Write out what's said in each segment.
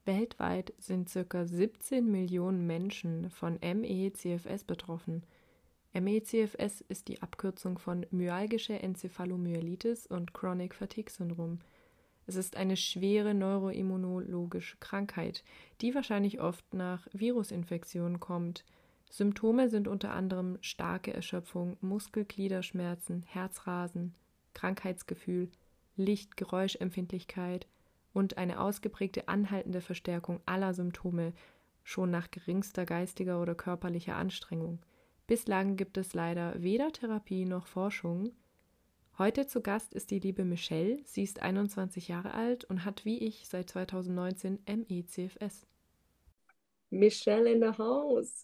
Weltweit sind ca. 17 Millionen Menschen von ME/CFS betroffen. ME/CFS ist die Abkürzung von myalgische Enzephalomyelitis und Chronic Fatigue Syndrome. Es ist eine schwere neuroimmunologische Krankheit, die wahrscheinlich oft nach Virusinfektionen kommt. Symptome sind unter anderem starke Erschöpfung, Muskelgliederschmerzen, Herzrasen, Krankheitsgefühl, Licht-Geräuschempfindlichkeit und eine ausgeprägte anhaltende Verstärkung aller Symptome, schon nach geringster geistiger oder körperlicher Anstrengung. Bislang gibt es leider weder Therapie noch Forschung. Heute zu Gast ist die liebe Michelle. Sie ist 21 Jahre alt und hat wie ich seit 2019 ME/CFS. Michelle in the house.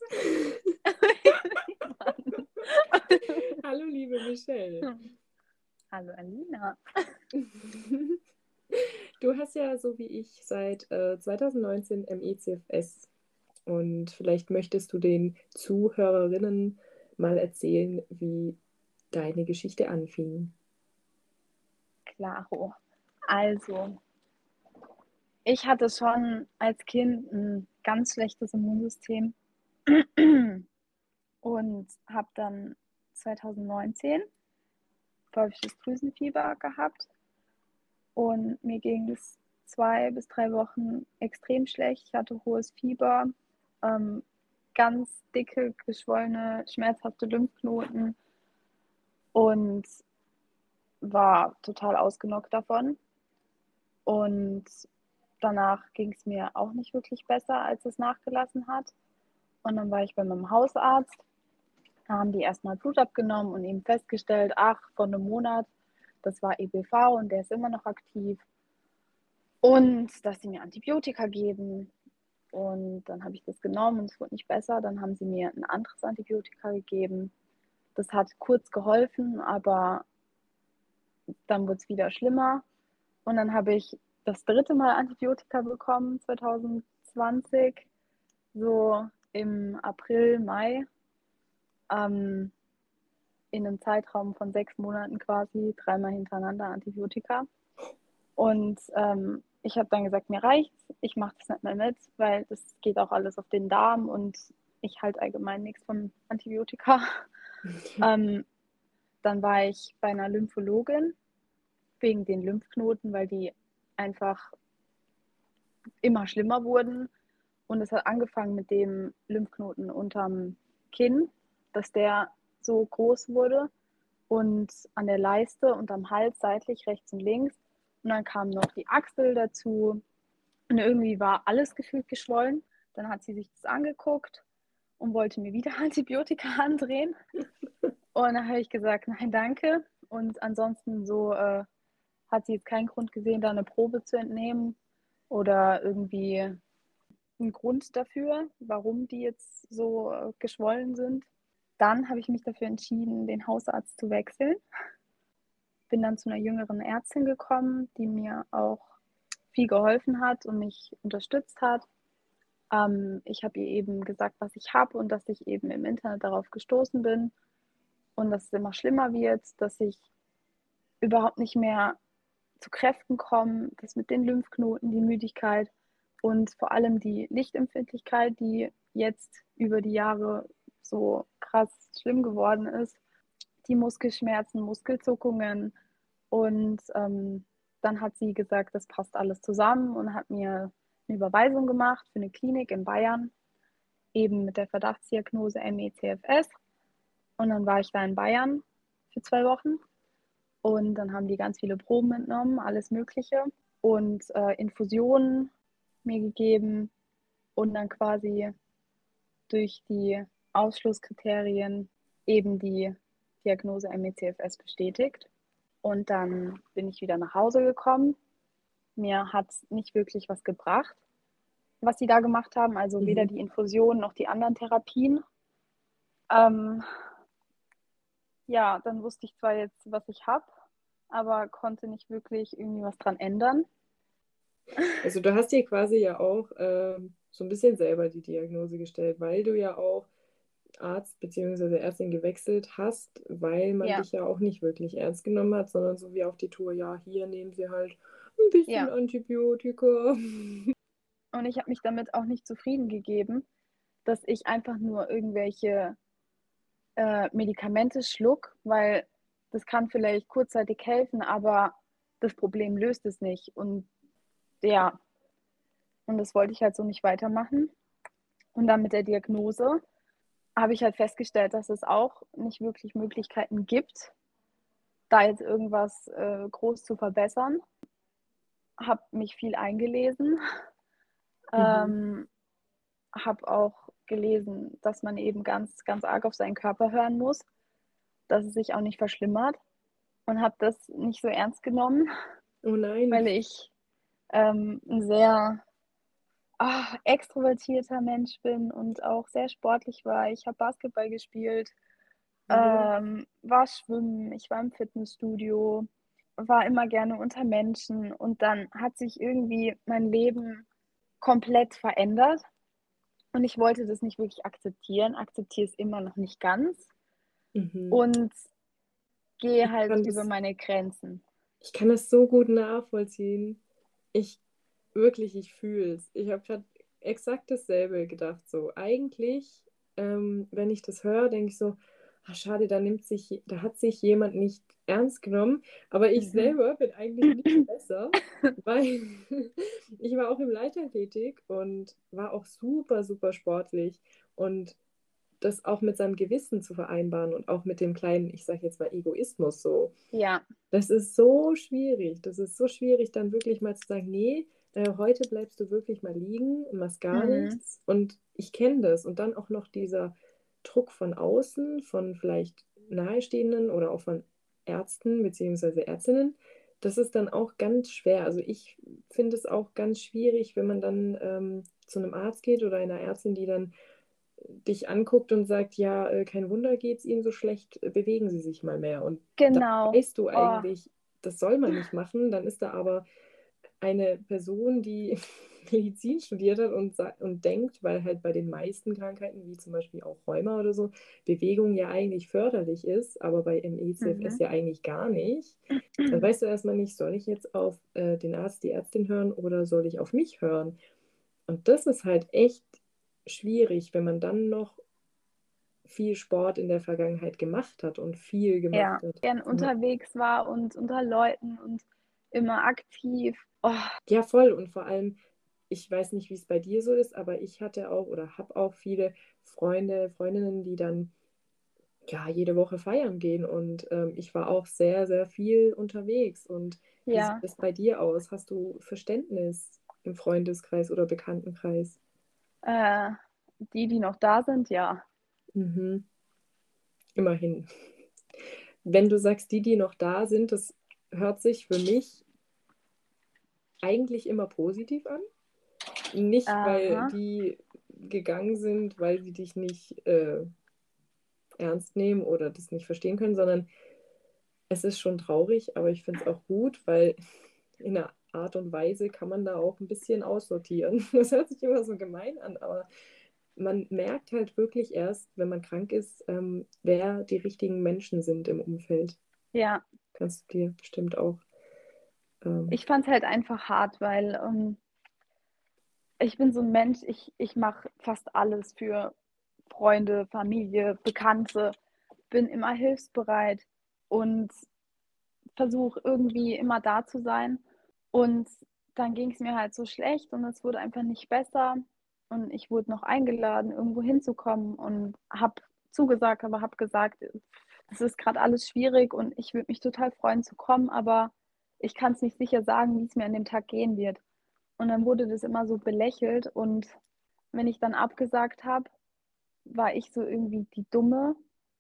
Hallo, liebe Michelle. Hallo, Alina. Du hast ja, so wie ich, seit 2019 ME/CFS. Und vielleicht möchtest du den Zuhörerinnen mal erzählen, wie deine Geschichte anfing. Klaro. Also, ich hatte schon als Kind ein ganz schlechtes Immunsystem und habe dann 2019 läufiges Drüsenfieber gehabt und mir ging es 2 bis 3 Wochen extrem schlecht. Ich hatte hohes Fieber, ganz dicke, geschwollene, schmerzhafte Lymphknoten und war total ausgenockt davon. Und danach ging es mir auch nicht wirklich besser, als es nachgelassen hat. Und dann war ich bei meinem Hausarzt. Da haben die erstmal Blut abgenommen und eben festgestellt, ach, vor einem Monat, das war EBV und der ist immer noch aktiv. Und dass sie mir Antibiotika geben. Und dann habe ich das genommen und es wurde nicht besser. Dann haben sie mir ein anderes Antibiotika gegeben. Das hat kurz geholfen, aber dann wurde es wieder schlimmer. Und dann habe ich das 3. Mal Antibiotika bekommen, 2020, so im April, Mai, in einem Zeitraum von 6 Monaten quasi, 3-mal hintereinander Antibiotika. Und ich habe dann gesagt, mir reicht's, ich mache das nicht mehr mit, weil das geht auch alles auf den Darm und ich halte allgemein nichts von Antibiotika. Dann war ich bei einer Lymphologin wegen den Lymphknoten, weil die einfach immer schlimmer wurden. Und es hat angefangen mit dem Lymphknoten unterm Kinn, dass der so groß wurde und an der Leiste und am Hals seitlich rechts und links. Und dann kam noch die Achsel dazu und irgendwie war alles gefühlt geschwollen. Dann hat sie sich das angeguckt und wollte mir wieder Antibiotika andrehen. Und dann habe ich gesagt, nein, danke. Und ansonsten so hat sie jetzt keinen Grund gesehen, da eine Probe zu entnehmen oder irgendwie einen Grund dafür, warum die jetzt so geschwollen sind. Dann habe ich mich dafür entschieden, den Hausarzt zu wechseln. Bin dann zu einer jüngeren Ärztin gekommen, die mir auch viel geholfen hat und mich unterstützt hat. Ich habe ihr eben gesagt, was ich habe und dass ich eben im Internet darauf gestoßen bin und dass es immer schlimmer wird, dass ich überhaupt nicht mehr zu Kräften komme, das mit den Lymphknoten, die Müdigkeit und vor allem die Lichtempfindlichkeit, die jetzt über die Jahre so krass schlimm geworden ist, die Muskelschmerzen, Muskelzuckungen und dann hat sie gesagt, das passt alles zusammen und hat mir eine Überweisung gemacht für eine Klinik in Bayern, eben mit der Verdachtsdiagnose ME/CFS. Und dann war ich da in Bayern für 2 Wochen und dann haben die ganz viele Proben entnommen, alles Mögliche und Infusionen mir gegeben und dann quasi durch die Ausschlusskriterien eben die Diagnose ME/CFS bestätigt. Und dann bin ich wieder nach Hause gekommen. Mir hat es nicht wirklich was gebracht, was sie da gemacht haben. Also weder die Infusion noch die anderen Therapien. Ja, dann wusste ich zwar jetzt, was ich habe, aber konnte nicht wirklich irgendwie was dran ändern. Also du hast dir quasi ja auch so ein bisschen selber die Diagnose gestellt, weil du ja auch Arzt bzw. Ärztin gewechselt hast, weil man dich ja auch nicht wirklich ernst genommen hat, sondern so wie auf die Tour, ja, hier nehmen sie halt ein bisschen Antibiotika. Und ich habe mich damit auch nicht zufrieden gegeben, dass ich einfach nur irgendwelche Medikamente schluck, weil das kann vielleicht kurzzeitig helfen, aber das Problem löst es nicht. Und ja, und das wollte ich halt so nicht weitermachen. Und dann mit der Diagnose habe ich halt festgestellt, dass es auch nicht wirklich Möglichkeiten gibt, da jetzt irgendwas groß zu verbessern. Habe mich viel eingelesen, habe auch gelesen, dass man eben ganz, ganz arg auf seinen Körper hören muss, dass es sich auch nicht verschlimmert, und habe das nicht so ernst genommen, Oh nein. weil ich ein sehr extrovertierter Mensch bin und auch sehr sportlich war. Ich habe Basketball gespielt, war schwimmen, ich war im Fitnessstudio, war immer gerne unter Menschen, und dann hat sich irgendwie mein Leben komplett verändert und ich wollte das nicht wirklich akzeptieren, akzeptiere es immer noch nicht ganz Mhm. und gehe Ich halt kann über das, meine Grenzen. ich kann das so gut nachvollziehen. Ich wirklich, ich fühle es. Ich habe gerade exakt dasselbe gedacht. So, eigentlich, wenn ich das höre, denke ich so, schade, da hat sich jemand nicht ernst genommen. Aber ich Mhm. selber bin eigentlich nicht besser, weil ich war auch im Leichtathletik und war auch super, super sportlich. Und das auch mit seinem Gewissen zu vereinbaren und auch mit dem kleinen, ich sage jetzt mal, Egoismus so. Ja. Das ist so schwierig. Das ist so schwierig, dann wirklich mal zu sagen, nee, heute bleibst du wirklich mal liegen und machst gar Mhm. nichts. Und ich kenne das. Und dann auch noch dieser Druck von außen, von vielleicht Nahestehenden oder auch von Ärzten bzw. Ärztinnen. Das ist dann auch ganz schwer. Also ich finde es auch ganz schwierig, wenn man dann zu einem Arzt geht oder einer Ärztin, die dann dich anguckt und sagt, ja, kein Wunder geht es Ihnen so schlecht, bewegen Sie sich mal mehr. Und da Genau. weißt du Oh, eigentlich, das soll man nicht machen. Dann ist da aber eine Person, die Medizin studiert hat und denkt, weil halt bei den meisten Krankheiten, wie zum Beispiel auch Rheuma oder so, Bewegung ja eigentlich förderlich ist, aber bei ME/CFS mhm. ja eigentlich gar nicht. Dann weißt du erstmal nicht, soll ich jetzt auf den Arzt, die Ärztin hören oder soll ich auf mich hören? Und das ist halt echt schwierig, wenn man dann noch viel Sport in der Vergangenheit gemacht hat und viel gemacht Ja, hat. gern Ja, unterwegs war und unter Leuten und immer aktiv. Oh, ja, voll. Und vor allem, ich weiß nicht, wie es bei dir so ist, aber ich hatte auch oder habe auch viele Freunde, Freundinnen, die dann ja jede Woche feiern gehen. Und ich war auch sehr, sehr viel unterwegs. Und wie sieht ja, es bei dir aus? Hast du Verständnis im Freundeskreis oder Bekanntenkreis? äh, die noch da sind, ja. Mhm. Immerhin. Wenn du sagst, die noch da sind, das hört sich für mich eigentlich immer positiv an. Nicht, weil Aha. die gegangen sind, weil sie dich nicht ernst nehmen oder das nicht verstehen können, sondern es ist schon traurig, aber ich finde es auch gut, weil in einer Art und Weise kann man da auch ein bisschen aussortieren. Das hört sich immer so gemein an, aber man merkt halt wirklich erst, wenn man krank ist, wer die richtigen Menschen sind im Umfeld. Ja, Kannst du dir bestimmt auch. ich fand es halt einfach hart, weil ich bin so ein Mensch, ich mache fast alles für Freunde, Familie, Bekannte, bin immer hilfsbereit und versuche irgendwie immer da zu sein. Und dann ging es mir halt so schlecht und es wurde einfach nicht besser. Und ich wurde noch eingeladen, irgendwo hinzukommen, und habe zugesagt, aber habe gesagt, es ist gerade alles schwierig und ich würde mich total freuen zu kommen, aber ich kann es nicht sicher sagen, wie es mir an dem Tag gehen wird. Und dann wurde das immer so belächelt, und wenn ich dann abgesagt habe, war ich so irgendwie die Dumme.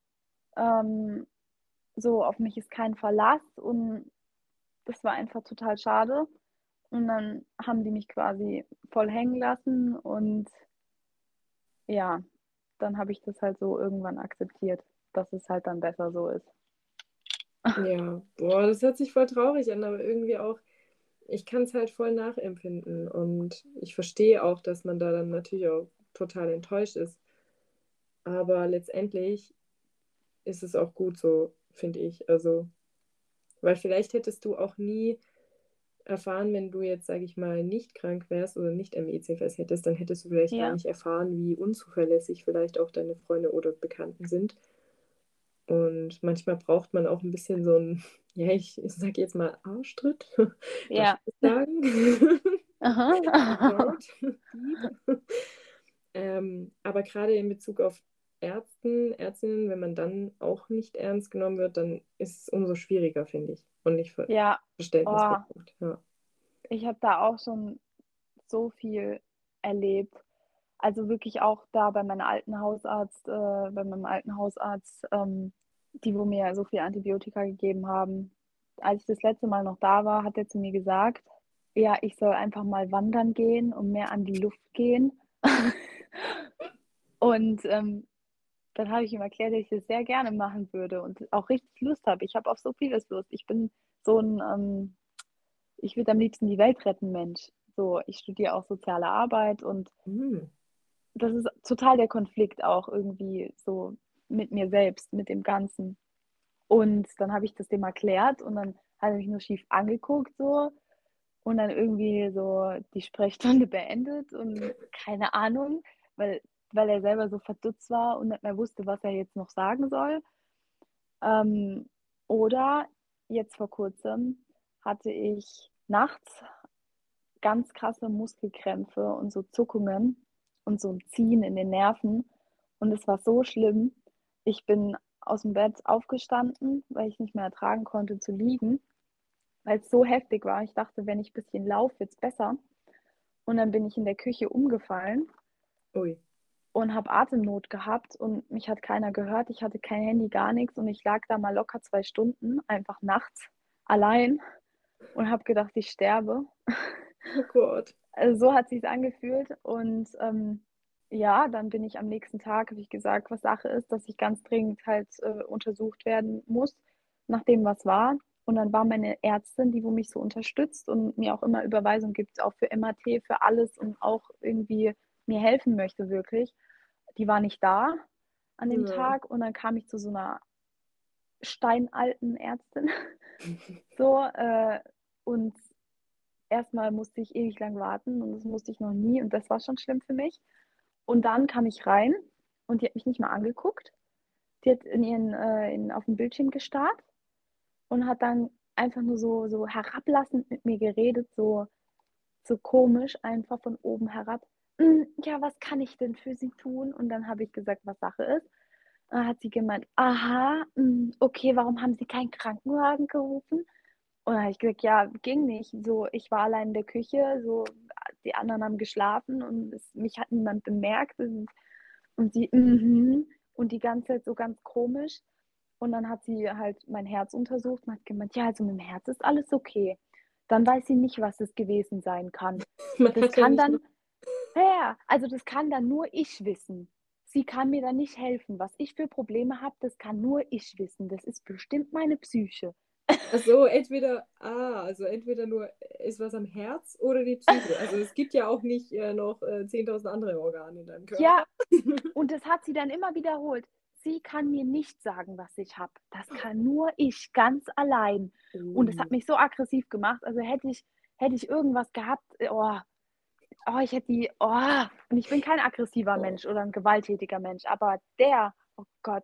Ähm, so, auf mich ist kein Verlass, und das war einfach total schade. Und dann haben die mich quasi voll hängen lassen, und ja, dann habe ich das halt so irgendwann akzeptiert, dass es halt dann besser so ist. Ja, boah, das hört sich voll traurig an, aber irgendwie auch, ich kann es halt voll nachempfinden und ich verstehe auch, dass man da dann natürlich auch total enttäuscht ist. Aber letztendlich ist es auch gut so, finde ich. Also, weil vielleicht hättest du auch nie erfahren, wenn du jetzt, sage ich mal, nicht krank wärst oder nicht ME/CFS hättest, dann hättest du vielleicht gar Ja, nicht erfahren, wie unzuverlässig vielleicht auch deine Freunde oder Bekannten sind. Und manchmal braucht man auch ein bisschen so ein, ja, ich sage jetzt mal Arschtritt. Darf ich ja. das sagen? Aha. Word, Dieb. Aber gerade in Bezug auf Ärztinnen, wenn man dann auch nicht ernst genommen wird, dann ist es umso schwieriger, finde ich. Und nicht Ja, oh, verständnisbefragt. Ja. ich habe da auch schon so viel erlebt. Also wirklich auch da bei meinem alten Hausarzt, die wo mir so viel Antibiotika gegeben haben. Als ich das letzte Mal noch da war, hat er zu mir gesagt, ja, ich soll einfach mal wandern gehen und mehr an die Luft gehen. Und dann habe ich ihm erklärt, dass ich das sehr gerne machen würde und auch richtig Lust habe. Ich habe auf so vieles Lust. Ich bin so ein, ich würde am liebsten die Welt retten, Mensch. So, ich studiere auch soziale Arbeit und Hm. das ist total der Konflikt auch irgendwie so mit mir selbst, mit dem Ganzen. Und dann habe ich das dem erklärt und dann hat er mich nur schief angeguckt so und dann irgendwie so die Sprechstunde beendet und keine Ahnung, weil, weil er selber so verdutzt war und nicht mehr wusste, was er jetzt noch sagen soll. Ähm, oder jetzt vor kurzem hatte ich nachts ganz krasse Muskelkrämpfe und so Zuckungen und so ein Ziehen in den Nerven. Und es war so schlimm. Ich bin aus dem Bett aufgestanden, weil ich nicht mehr ertragen konnte zu liegen, weil es so heftig war. Ich dachte, wenn ich ein bisschen laufe, wird es besser. Und dann bin ich in der Küche umgefallen Ui. und habe Atemnot gehabt und mich hat keiner gehört. Ich hatte kein Handy, gar nichts und ich lag da mal locker 2 Stunden, einfach nachts allein und habe gedacht, ich sterbe. Oh Gott. Also so hat sich angefühlt und ja, dann bin ich am nächsten Tag, habe ich gesagt, was Sache ist, dass ich ganz dringend halt untersucht werden muss, nachdem was war. Und dann war meine Ärztin, die wo mich so unterstützt und mir auch immer Überweisung gibt, auch für MRT, für alles und auch irgendwie mir helfen möchte, wirklich. Die war nicht da an dem Ja. Tag und dann kam ich zu so einer steinalten Ärztin. So, und erstmal musste ich ewig lang warten und das musste ich noch nie und das war schon schlimm für mich. Und dann kam ich rein und die hat mich nicht mal angeguckt. Die hat auf den Bildschirm gestarrt und hat dann einfach nur so herablassend mit mir geredet, so komisch, einfach von oben herab. Ja, was kann ich denn für Sie tun? Und dann habe ich gesagt, was Sache ist. Dann hat sie gemeint, aha, okay, warum haben Sie keinen Krankenwagen gerufen? Und dann habe ich gesagt, ja, ging nicht. So, ich war allein in der Küche, so die anderen haben geschlafen und mich hat niemand bemerkt. Und sie, und die ganze Zeit so ganz komisch. Und dann hat sie halt mein Herz untersucht und hat gemeint, ja, also mit dem Herz ist alles okay. Dann weiß sie nicht, was es gewesen sein kann. Man Das hat ja kann nicht noch. dann, ja, also das kann dann nur ich wissen. Sie kann mir dann nicht helfen. Was ich für Probleme habe, das kann nur ich wissen. Das ist bestimmt meine Psyche. Ach so, also entweder nur ist was am Herz oder die Psyche. Also es gibt ja auch nicht noch 10.000 andere Organe in deinem Ja, Körper. und das hat sie dann immer wiederholt. Sie kann mir nicht sagen, was ich habe. Das kann nur ich, ganz allein. Und das hat Ui. mich so aggressiv gemacht. Also hätte ich irgendwas gehabt, ich hätte und ich bin kein aggressiver Oh. Mensch oder ein gewalttätiger Mensch, aber der, oh Gott,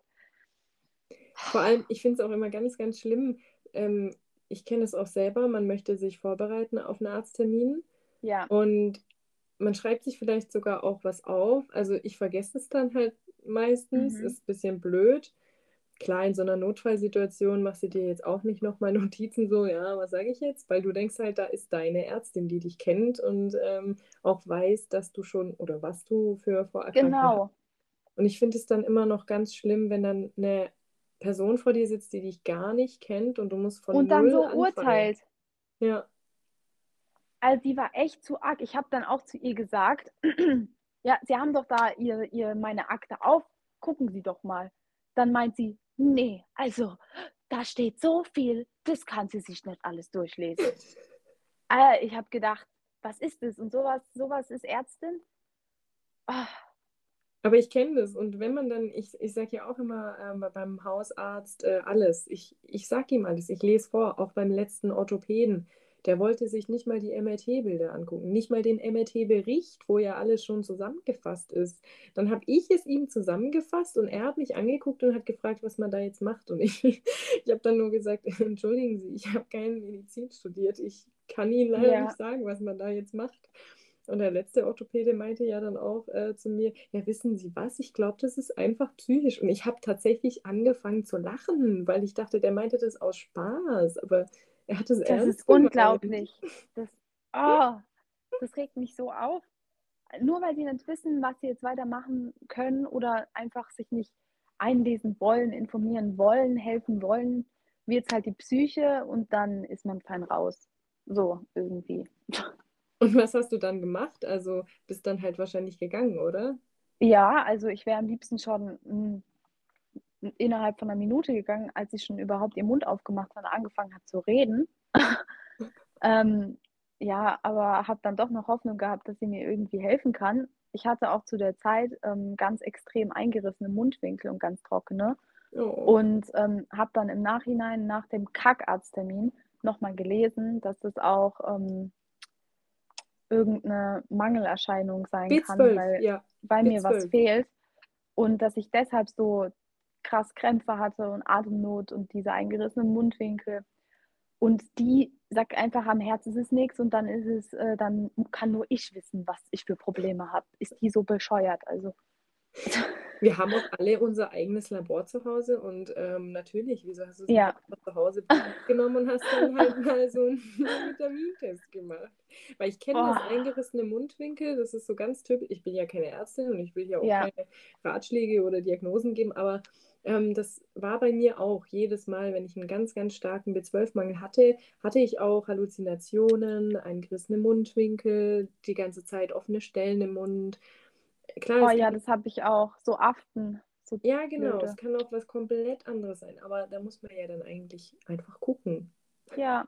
Vor allem, ich finde es auch immer ganz, ganz schlimm. Ähm, Ich kenne es auch selber, man möchte sich vorbereiten auf einen Arzttermin ja, und man schreibt sich vielleicht sogar auch was auf. Also ich vergesse es dann halt meistens, mhm. ist ein bisschen blöd. Klar, in so einer Notfallsituation machst du dir jetzt auch nicht nochmal Notizen so, ja, was sage ich jetzt? Weil du denkst halt, da ist deine Ärztin, die dich kennt und auch weiß, dass du schon oder was du für Vorerkrankungen hast. Genau. Und ich finde es dann immer noch ganz schlimm, wenn dann eine Person vor dir sitzt, die dich gar nicht kennt und du musst von Und dann null so anfangen. urteilt. Ja. Also die war echt zu arg. Ich habe dann auch zu ihr gesagt, ja, Sie haben doch da meine Akte auf, gucken Sie doch mal. Dann meint sie, nee, also da steht so viel, das kann sie sich nicht alles durchlesen. Ich habe gedacht, was ist das? Und sowas ist Ärztin? Ah, Aber ich kenne das. Und wenn man dann, ich sage ja auch immer beim Hausarzt alles. Ich sage ihm alles. Ich lese vor, auch beim letzten Orthopäden. Der wollte sich nicht mal die MRT-Bilder angucken, nicht mal den MRT-Bericht, wo ja alles schon zusammengefasst ist. Dann habe ich es ihm zusammengefasst und er hat mich angeguckt und hat gefragt, was man da jetzt macht. Und ich habe dann nur gesagt, entschuldigen Sie, ich habe keine Medizin studiert, ich kann Ihnen leider Ja, nicht sagen, was man da jetzt macht. Und der letzte Orthopäde meinte ja dann auch zu mir, ja, wissen Sie was, ich glaube, das ist einfach psychisch. Und ich habe tatsächlich angefangen zu lachen, weil ich dachte, der meinte das aus Spaß, aber er hat es das ist ernst gemeint. unglaublich. Das, oh, das regt mich so auf. Nur weil sie nicht wissen, was sie jetzt weitermachen können oder einfach sich nicht einlesen wollen, informieren wollen, helfen wollen, wird es halt die Psyche und dann ist man fein raus. So irgendwie. Und was hast du dann gemacht? Also bist dann halt wahrscheinlich gegangen, oder? Ja, also ich wäre am liebsten schon innerhalb von einer Minute gegangen, als sie schon überhaupt ihren Mund aufgemacht hat und angefangen hat zu reden. Ähm, ja, aber habe dann doch noch Hoffnung gehabt, dass sie mir irgendwie helfen kann. Ich hatte auch zu der Zeit ganz extrem eingerissene Mundwinkel und ganz trockene. Oh. Und habe dann im Nachhinein nach dem Kackarzttermin nochmal gelesen, dass das auch irgendeine Mangelerscheinung sein kann, B12, weil, ja, weil mir was B12. fehlt und dass ich deshalb so krass Krämpfe hatte und Atemnot und diese eingerissenen Mundwinkel. Und die sagt einfach am Herz, es ist nichts und dann ist es, dann kann nur ich wissen, was ich für Probleme habe. Ist die so bescheuert? Also, Wir haben auch alle unser eigenes Labor zu Hause und natürlich, wieso hast du es nicht ja. einfach zu Hause Blut genommen und hast dann halt mal so einen Vitamintest gemacht? Weil ich kenne das Oh, eingerissene Mundwinkel, das ist so ganz typisch. Ich bin ja keine Ärztin und ich will ja auch ja. keine Ratschläge oder Diagnosen geben, aber das war bei mir auch jedes Mal, wenn ich einen ganz, ganz starken B12-Mangel hatte, hatte ich auch Halluzinationen, eingerissene Mundwinkel, die ganze Zeit offene Stellen im Mund. Klar, Oh es kann ja, das habe ich auch. So Aften, so ja, genau. Es blöde. kann auch was komplett anderes sein, aber da muss man ja dann eigentlich einfach gucken. Ja,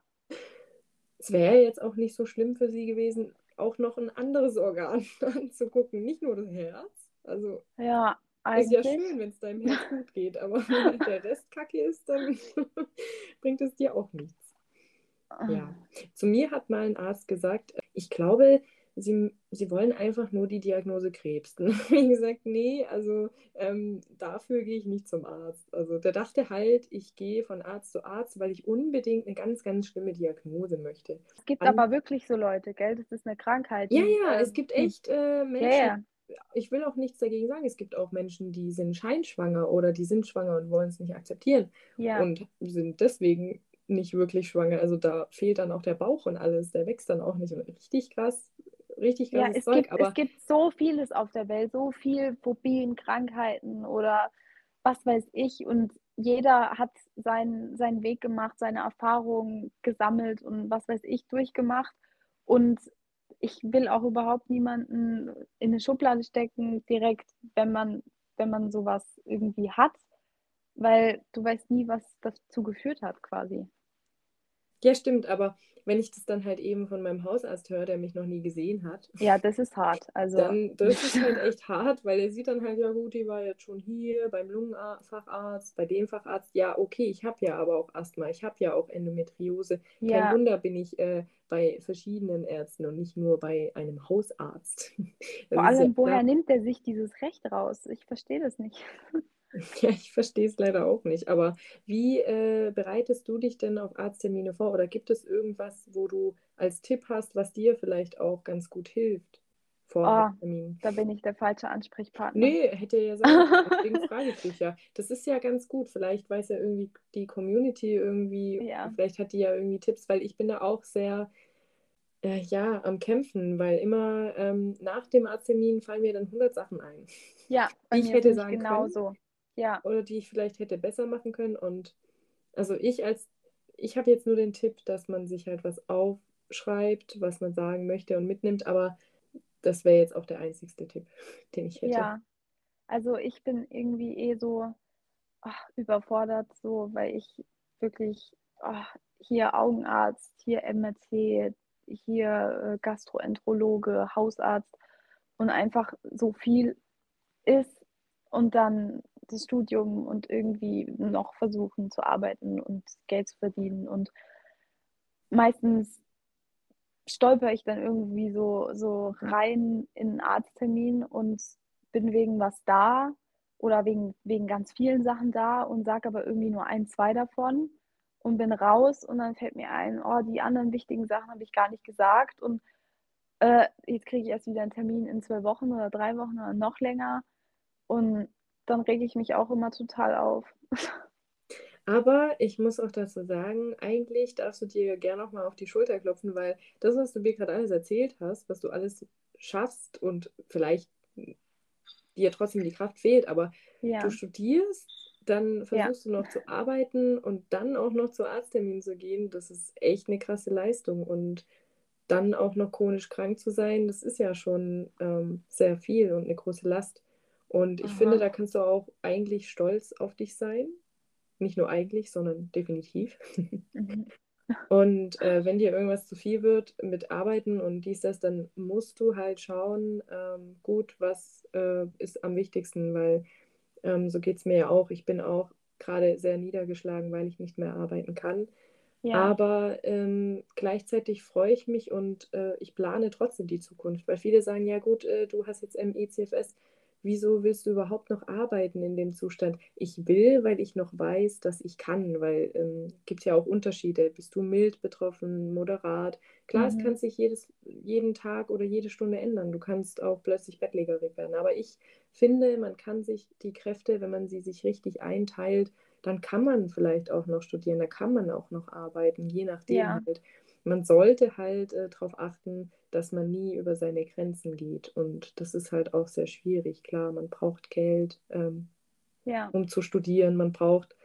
Es wäre jetzt auch nicht so schlimm für sie gewesen, auch noch ein anderes Organ anzugucken, nicht nur das Herz. Also ja, ist ja eigentlich. schön, wenn es deinem Herz gut geht, aber wenn halt der Rest kacke ist, dann bringt es dir auch nichts. Ja, zu mir hat mal ein Arzt gesagt, ich glaube, Sie wollen einfach nur die Diagnose Krebs. Dann habe ich gesagt, nee, also dafür gehe ich nicht zum Arzt. Also der dachte halt, ich gehe von Arzt zu Arzt, weil ich unbedingt eine ganz, ganz schlimme Diagnose möchte. Es gibt An, aber wirklich so Leute, gell? Das ist eine Krankheit, ja, die, ja, es gibt die, echt ja, Menschen, ja, ich will auch nichts dagegen sagen, es gibt auch Menschen, die sind scheinschwanger oder die sind schwanger und wollen es nicht akzeptieren ja. und sind deswegen nicht wirklich schwanger. Also da fehlt dann auch der Bauch und alles, der wächst dann auch nicht. Und richtig Ja, krasses es Zeug. gibt, es Aber gibt so vieles auf der Welt, so viel Phobien, Krankheiten oder was weiß ich. Und jeder hat seinen Weg gemacht, seine Erfahrungen gesammelt und was weiß ich durchgemacht. Und ich will auch überhaupt niemanden in eine Schublade stecken, direkt, wenn man sowas irgendwie hat, weil du weißt nie, was dazu geführt hat, quasi. ja, stimmt, aber wenn ich das dann halt eben von meinem Hausarzt höre, der mich noch nie gesehen hat, Ja, das ist hart. Also, dann, das ist halt echt hart, weil er sieht dann halt, ja gut, die war jetzt schon hier beim Lungenfacharzt, bei dem Facharzt. Ja, okay, ich habe ja aber auch Asthma, ich habe ja auch Endometriose. Kein ja, Wunder bin ich bei verschiedenen Ärzten und nicht nur bei einem Hausarzt. Das vor ist ja allem, woher klar. nimmt er sich dieses Recht raus? Ich verstehe das nicht. Ja, ich verstehe es leider auch nicht. Aber wie bereitest du dich denn auf Arzttermine vor? Oder gibt es irgendwas, wo du als Tipp hast, was dir vielleicht auch ganz gut hilft vor Oh, Arztterminen? da bin ich der falsche Ansprechpartner. Nee, hätte ja sein können. Deswegen frage ich dich ja. Das ist ja ganz gut. Vielleicht weiß ja irgendwie die Community irgendwie, Ja. vielleicht hat die ja irgendwie Tipps, weil ich bin da auch sehr, ja, am Kämpfen, weil immer nach dem Arzttermin fallen mir dann 100 Sachen ein, Ja, die bei ich mir ist hätte nämlich sagen können genauso. Ja. oder die ich vielleicht hätte besser machen können. Und also ich habe jetzt nur den Tipp, dass man sich halt was aufschreibt, was man sagen möchte und mitnimmt, aber das wäre jetzt auch der einzigste Tipp, den ich hätte. Ja. Also ich bin irgendwie so überfordert, so, weil ich wirklich hier Augenarzt, hier MRT, hier Gastroenterologe, Hausarzt und einfach so viel ist und dann das Studium und irgendwie noch versuchen zu arbeiten und Geld zu verdienen und meistens stolper ich dann irgendwie so rein in einen Arzttermin und bin wegen was da oder wegen ganz vielen Sachen da und sage aber irgendwie nur ein, zwei davon und bin raus und dann fällt mir ein, oh, die anderen wichtigen Sachen habe ich gar nicht gesagt und jetzt kriege ich erst wieder einen Termin in 2 Wochen oder 3 Wochen oder noch länger und dann rege ich mich auch immer total auf. Aber ich muss auch dazu sagen, eigentlich darfst du dir gerne noch mal auf die Schulter klopfen, weil das, was du mir gerade alles erzählt hast, was du alles schaffst und vielleicht dir trotzdem die Kraft fehlt, aber du Ja, studierst, dann ja, versuchst du noch zu arbeiten und dann auch noch zu Arztterminen zu gehen, das ist echt eine krasse Leistung. Und dann auch noch chronisch krank zu sein, das ist ja schon sehr viel und eine große Last. Und ich finde, aha, da kannst du auch eigentlich stolz auf dich sein. Nicht nur eigentlich, sondern definitiv. mhm. Und wenn dir irgendwas zu viel wird mit Arbeiten und dies, das, dann musst du halt schauen, gut, was ist am wichtigsten, weil so geht es mir ja auch. Ich bin auch gerade sehr niedergeschlagen, weil ich nicht mehr arbeiten kann. Ja, Aber gleichzeitig freue ich mich und ich plane trotzdem die Zukunft, weil viele sagen, ja gut, du hast jetzt ME/CFS, wieso willst du überhaupt noch arbeiten in dem Zustand? Ich will, weil ich noch weiß, dass ich kann, weil gibt ja auch Unterschiede. Bist du mild betroffen, moderat? Klar, es mhm. kann sich jeden Tag oder jede Stunde ändern. Du kannst auch plötzlich bettlägerig werden. Aber ich finde, man kann sich die Kräfte, wenn man sie sich richtig einteilt, dann kann man vielleicht auch noch studieren, da kann man auch noch arbeiten, je nachdem Ja, halt. Man sollte halt darauf achten, dass man nie über seine Grenzen geht. Und das ist halt auch sehr schwierig. Klar, man braucht Geld, ja, um zu studieren, man braucht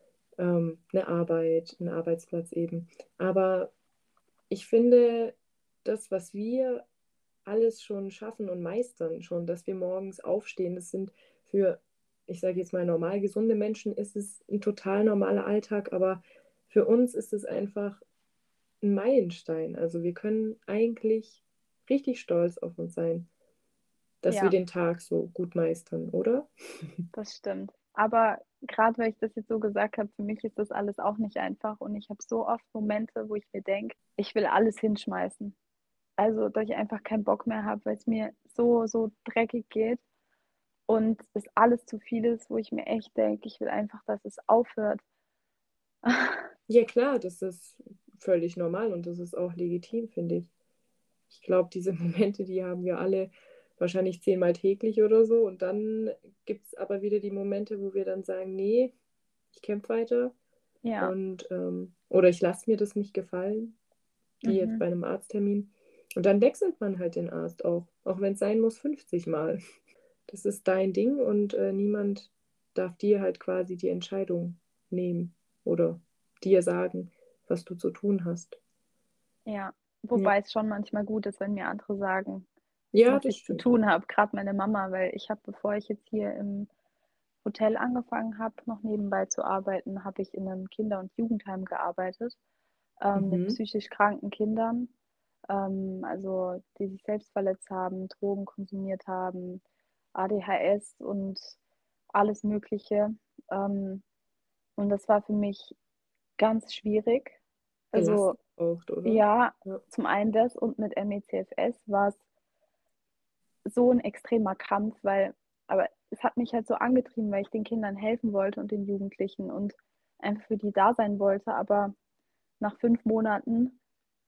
eine Arbeit, einen Arbeitsplatz eben. Aber ich finde, das, was wir alles schon schaffen und meistern, schon, dass wir morgens aufstehen, das sind für, ich sage jetzt mal, normal gesunde Menschen ist es ein total normaler Alltag, aber für uns ist es einfach ein Meilenstein. Also wir können eigentlich richtig stolz auf uns sein, dass wir ja, den Tag so gut meistern, oder? das stimmt. Aber gerade weil ich das jetzt so gesagt habe, für mich ist das alles auch nicht einfach und ich habe so oft Momente, wo ich mir denke, ich will alles hinschmeißen. Also, dass ich einfach keinen Bock mehr habe, weil es mir so dreckig geht und es alles zu viel ist, wo ich mir echt denke, ich will einfach, dass es aufhört. Ja klar, das ist völlig normal und das ist auch legitim, finde ich. Ich glaube, diese Momente, die haben wir alle wahrscheinlich 10-mal täglich oder so. Und dann gibt es aber wieder die Momente, wo wir dann sagen, nee, ich kämpfe weiter Ja, und oder ich lasse mir das nicht gefallen, wie jetzt mhm. bei einem Arzttermin. Und dann wechselt man halt den Arzt auch wenn es sein muss, 50 Mal. Das ist dein Ding und niemand darf dir halt quasi die Entscheidung nehmen oder dir sagen, was du zu tun hast. Ja. Ja, Wobei es schon manchmal gut ist, wenn mir andere sagen, ja, was das ich zu stimmt. tun habe, gerade meine Mama, weil ich habe, bevor ich jetzt hier im Hotel angefangen habe, noch nebenbei zu arbeiten, habe ich in einem Kinder- und Jugendheim gearbeitet, mit Mhm. psychisch kranken Kindern, also die sich selbst verletzt haben, Drogen konsumiert haben, ADHS und alles Mögliche. Ähm, und das war für mich ganz schwierig. Also Belastend auch, oder? ja, Ja. zum einen das und mit ME/CFS war es so ein extremer Kampf, weil aber es hat mich halt so angetrieben, weil ich den Kindern helfen wollte und den Jugendlichen und einfach für die da sein wollte. Aber nach 5 Monaten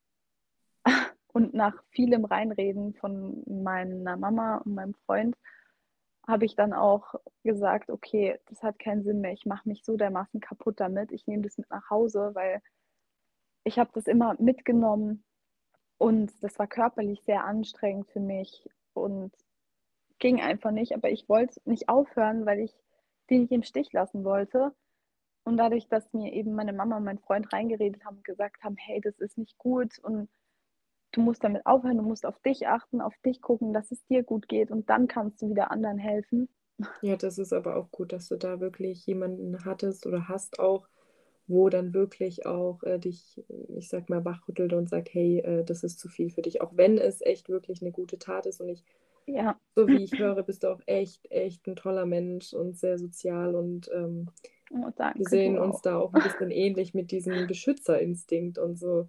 und nach vielem Reinreden von meiner Mama und meinem Freund habe ich dann auch gesagt, okay, das hat keinen Sinn mehr. Ich mache mich so dermaßen kaputt damit. Ich nehme das mit nach Hause, weil ich habe das immer mitgenommen und das war körperlich sehr anstrengend für mich und ging einfach nicht. Aber ich wollte nicht aufhören, weil ich die nicht im Stich lassen wollte. Und dadurch, dass mir eben meine Mama und mein Freund reingeredet haben und gesagt haben, hey, das ist nicht gut und du musst damit aufhören, du musst auf dich achten, auf dich gucken, dass es dir gut geht und dann kannst du wieder anderen helfen. Ja, das ist aber auch gut, dass du da wirklich jemanden hattest oder hast auch, wo dann wirklich auch dich, ich sag mal, wachrüttelt und sagt, hey, das ist zu viel für dich. Auch wenn es echt wirklich eine gute Tat ist. Und ich, Ja, so wie ich höre, bist du auch echt, echt ein toller Mensch und sehr sozial. Und oh, wir danke, du sehen uns auch. da auch ein bisschen ähnlich mit diesem Beschützerinstinkt und so.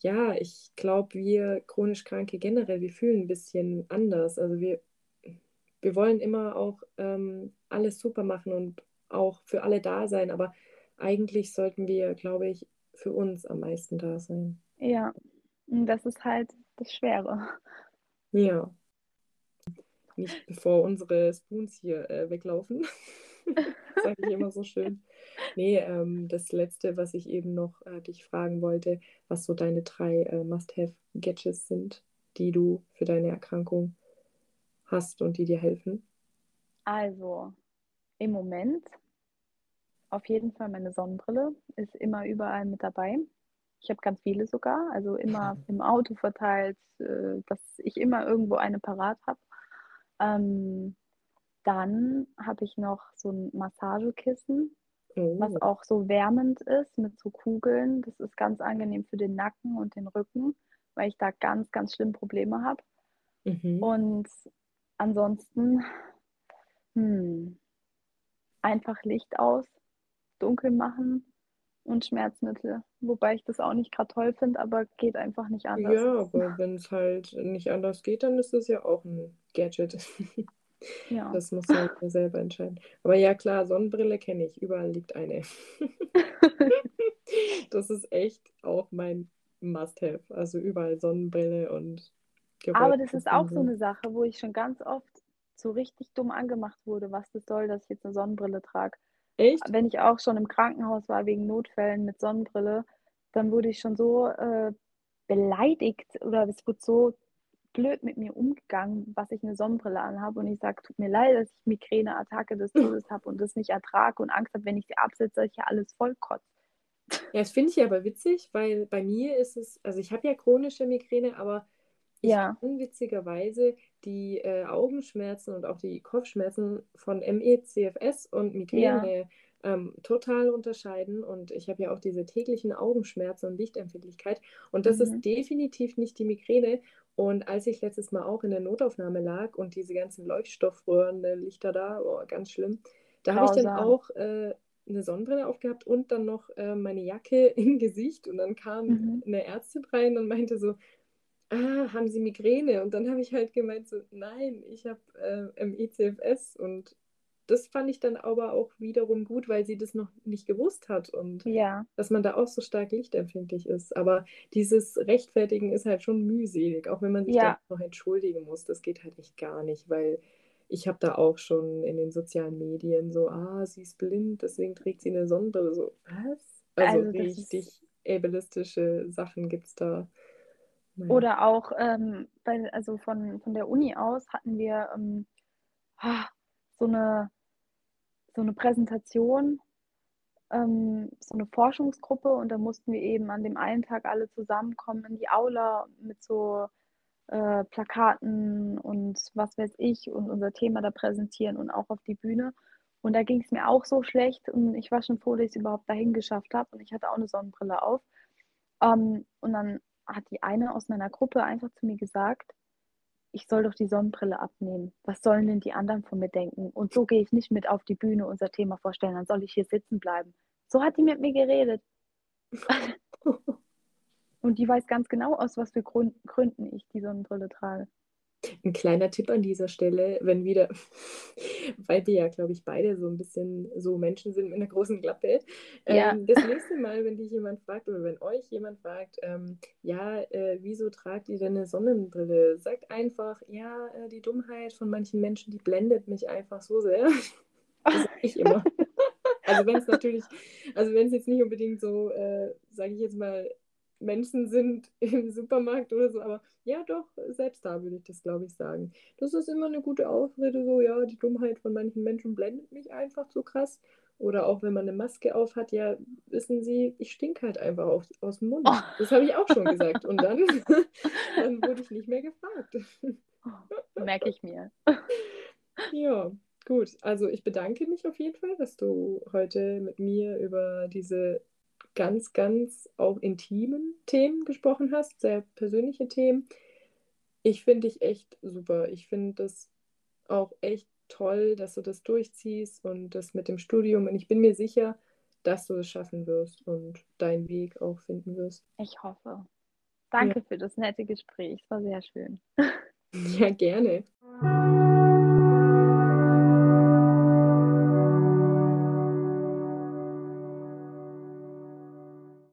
ja, ich glaube, wir chronisch Kranke generell, wir fühlen ein bisschen anders. Also wir wollen immer auch alles super machen und auch für alle da sein, aber eigentlich sollten wir, glaube ich, für uns am meisten da sein. Ja, und das ist halt das Schwere. Ja, nicht bevor unsere Spoons hier weglaufen. Sage ich immer so schön. Nee, das Letzte, was ich eben noch dich fragen wollte, was so deine drei Must-Have-Gadgets sind, die du für deine Erkrankung hast und die dir helfen. Also, im Moment auf jeden Fall meine Sonnenbrille ist immer überall mit dabei. Ich habe ganz viele sogar, also immer im Auto verteilt, dass ich immer irgendwo eine parat habe. Ähm, Dann habe ich noch so ein Massagekissen, was Oh. auch so wärmend ist mit so Kugeln. Das ist ganz angenehm für den Nacken und den Rücken, weil ich da ganz, ganz schlimm Probleme habe. Mhm. Und ansonsten, hm, einfach Licht aus, dunkel machen und Schmerzmittel. Wobei ich das auch nicht gerade toll finde, aber geht einfach nicht anders. Ja, aber wenn es halt nicht anders geht, dann ist es ja auch ein Gadget. Ja. Das muss man ja selber entscheiden. Aber ja, klar, Sonnenbrille kenne ich. Überall liegt eine. Das ist echt auch mein Must-Have. Also überall Sonnenbrille und Aber das gerollt ist auch und so so. eine Sache, wo ich schon ganz oft so richtig dumm angemacht wurde, was das soll, dass ich jetzt eine Sonnenbrille trage. Echt? Wenn ich auch schon im Krankenhaus war wegen Notfällen mit Sonnenbrille, dann wurde ich schon so beleidigt oder es wurde so blöd mit mir umgegangen, was ich eine Sonnenbrille anhabe. Und ich sage, tut mir leid, dass ich Migräneattacke des Todes habe und das nicht ertrage und Angst habe, wenn ich sie absetze, dass ich ja alles vollkotze. Ja, das finde ich aber witzig, weil bei mir ist es, also ich habe ja chronische Migräne, aber ich Ja, kann witzigerweise die Augenschmerzen und auch die Kopfschmerzen von ME, CFS und ja, Migräne total unterscheiden. Und ich habe ja auch diese täglichen Augenschmerzen und Lichtempfindlichkeit. Und das mhm. ist definitiv nicht die Migräne. Und als ich letztes Mal auch in der Notaufnahme lag und diese ganzen Leuchtstoffröhren, Lichter da, oh, ganz schlimm, da habe ich dann Grausam. auch eine Sonnenbrille aufgehabt und dann noch meine Jacke im Gesicht. Und dann kam Mhm. eine Ärztin rein und meinte so, haben Sie Migräne? Und dann habe ich halt gemeint, so, nein, ich habe ME/CFS. Und das fand ich dann aber auch wiederum gut, weil sie das noch nicht gewusst hat und Ja, dass man da auch so stark lichtempfindlich ist. Aber dieses Rechtfertigen ist halt schon mühselig, auch wenn man sich dann ja, noch entschuldigen muss. Das geht halt echt gar nicht, weil ich habe da auch schon in den sozialen Medien so, sie ist blind, deswegen trägt sie eine Sonnenbrille. So, was? Also also das ist, richtig ableistische Sachen gibt es da. Naja. oder auch also von der Uni aus hatten wir ah, so so eine Präsentation, so eine Forschungsgruppe und da mussten wir eben an dem einen Tag alle zusammenkommen in die Aula mit so Plakaten und was weiß ich und unser Thema da präsentieren und auch auf die Bühne. Und da ging es mir auch so schlecht und ich war schon froh, dass ich es überhaupt dahin geschafft habe und ich hatte auch eine Sonnenbrille auf. Und dann hat die eine aus meiner Gruppe einfach zu mir gesagt, ich soll doch die Sonnenbrille abnehmen. Was sollen denn die anderen von mir denken? Und so gehe ich nicht mit auf die Bühne unser Thema vorstellen, dann soll ich hier sitzen bleiben. So hat die mit mir geredet. Und die weiß ganz genau, aus was für Gründen ich die Sonnenbrille trage. Ein kleiner Tipp an dieser Stelle, wenn wieder, weil wir ja, glaube ich, beide so ein bisschen so Menschen sind mit einer großen Klappe. Ja, Das nächste Mal, wenn dich jemand fragt oder wenn euch jemand fragt, ja, wieso tragt ihr denn eine Sonnenbrille? Sagt einfach, ja, die Dummheit von manchen Menschen, die blendet mich einfach so sehr. Das sage ich immer. Also wenn es natürlich, also wenn es jetzt nicht unbedingt so, sage ich jetzt mal, Menschen sind im Supermarkt oder so, aber ja doch, selbst da würde ich das, glaube ich, sagen. Das ist immer eine gute Ausrede, so ja, die Dummheit von manchen Menschen blendet mich einfach so krass. Oder auch wenn man eine Maske auf hat, ja, wissen Sie, ich stink halt einfach aus dem Mund. oh. Das habe ich auch schon gesagt. Und dann, dann wurde ich nicht mehr gefragt. Merke ich mir. Ja, gut. Also ich bedanke mich auf jeden Fall, dass du heute mit mir über diese ganz, ganz auch intimen Themen gesprochen hast, sehr persönliche Themen. Ich finde dich echt super. Ich finde das auch echt toll, dass du das durchziehst und das mit dem Studium. Und ich bin mir sicher, dass du es schaffen wirst und deinen Weg auch finden wirst. Ich hoffe. Danke für das nette Gespräch. Es war sehr schön. Ja, gerne.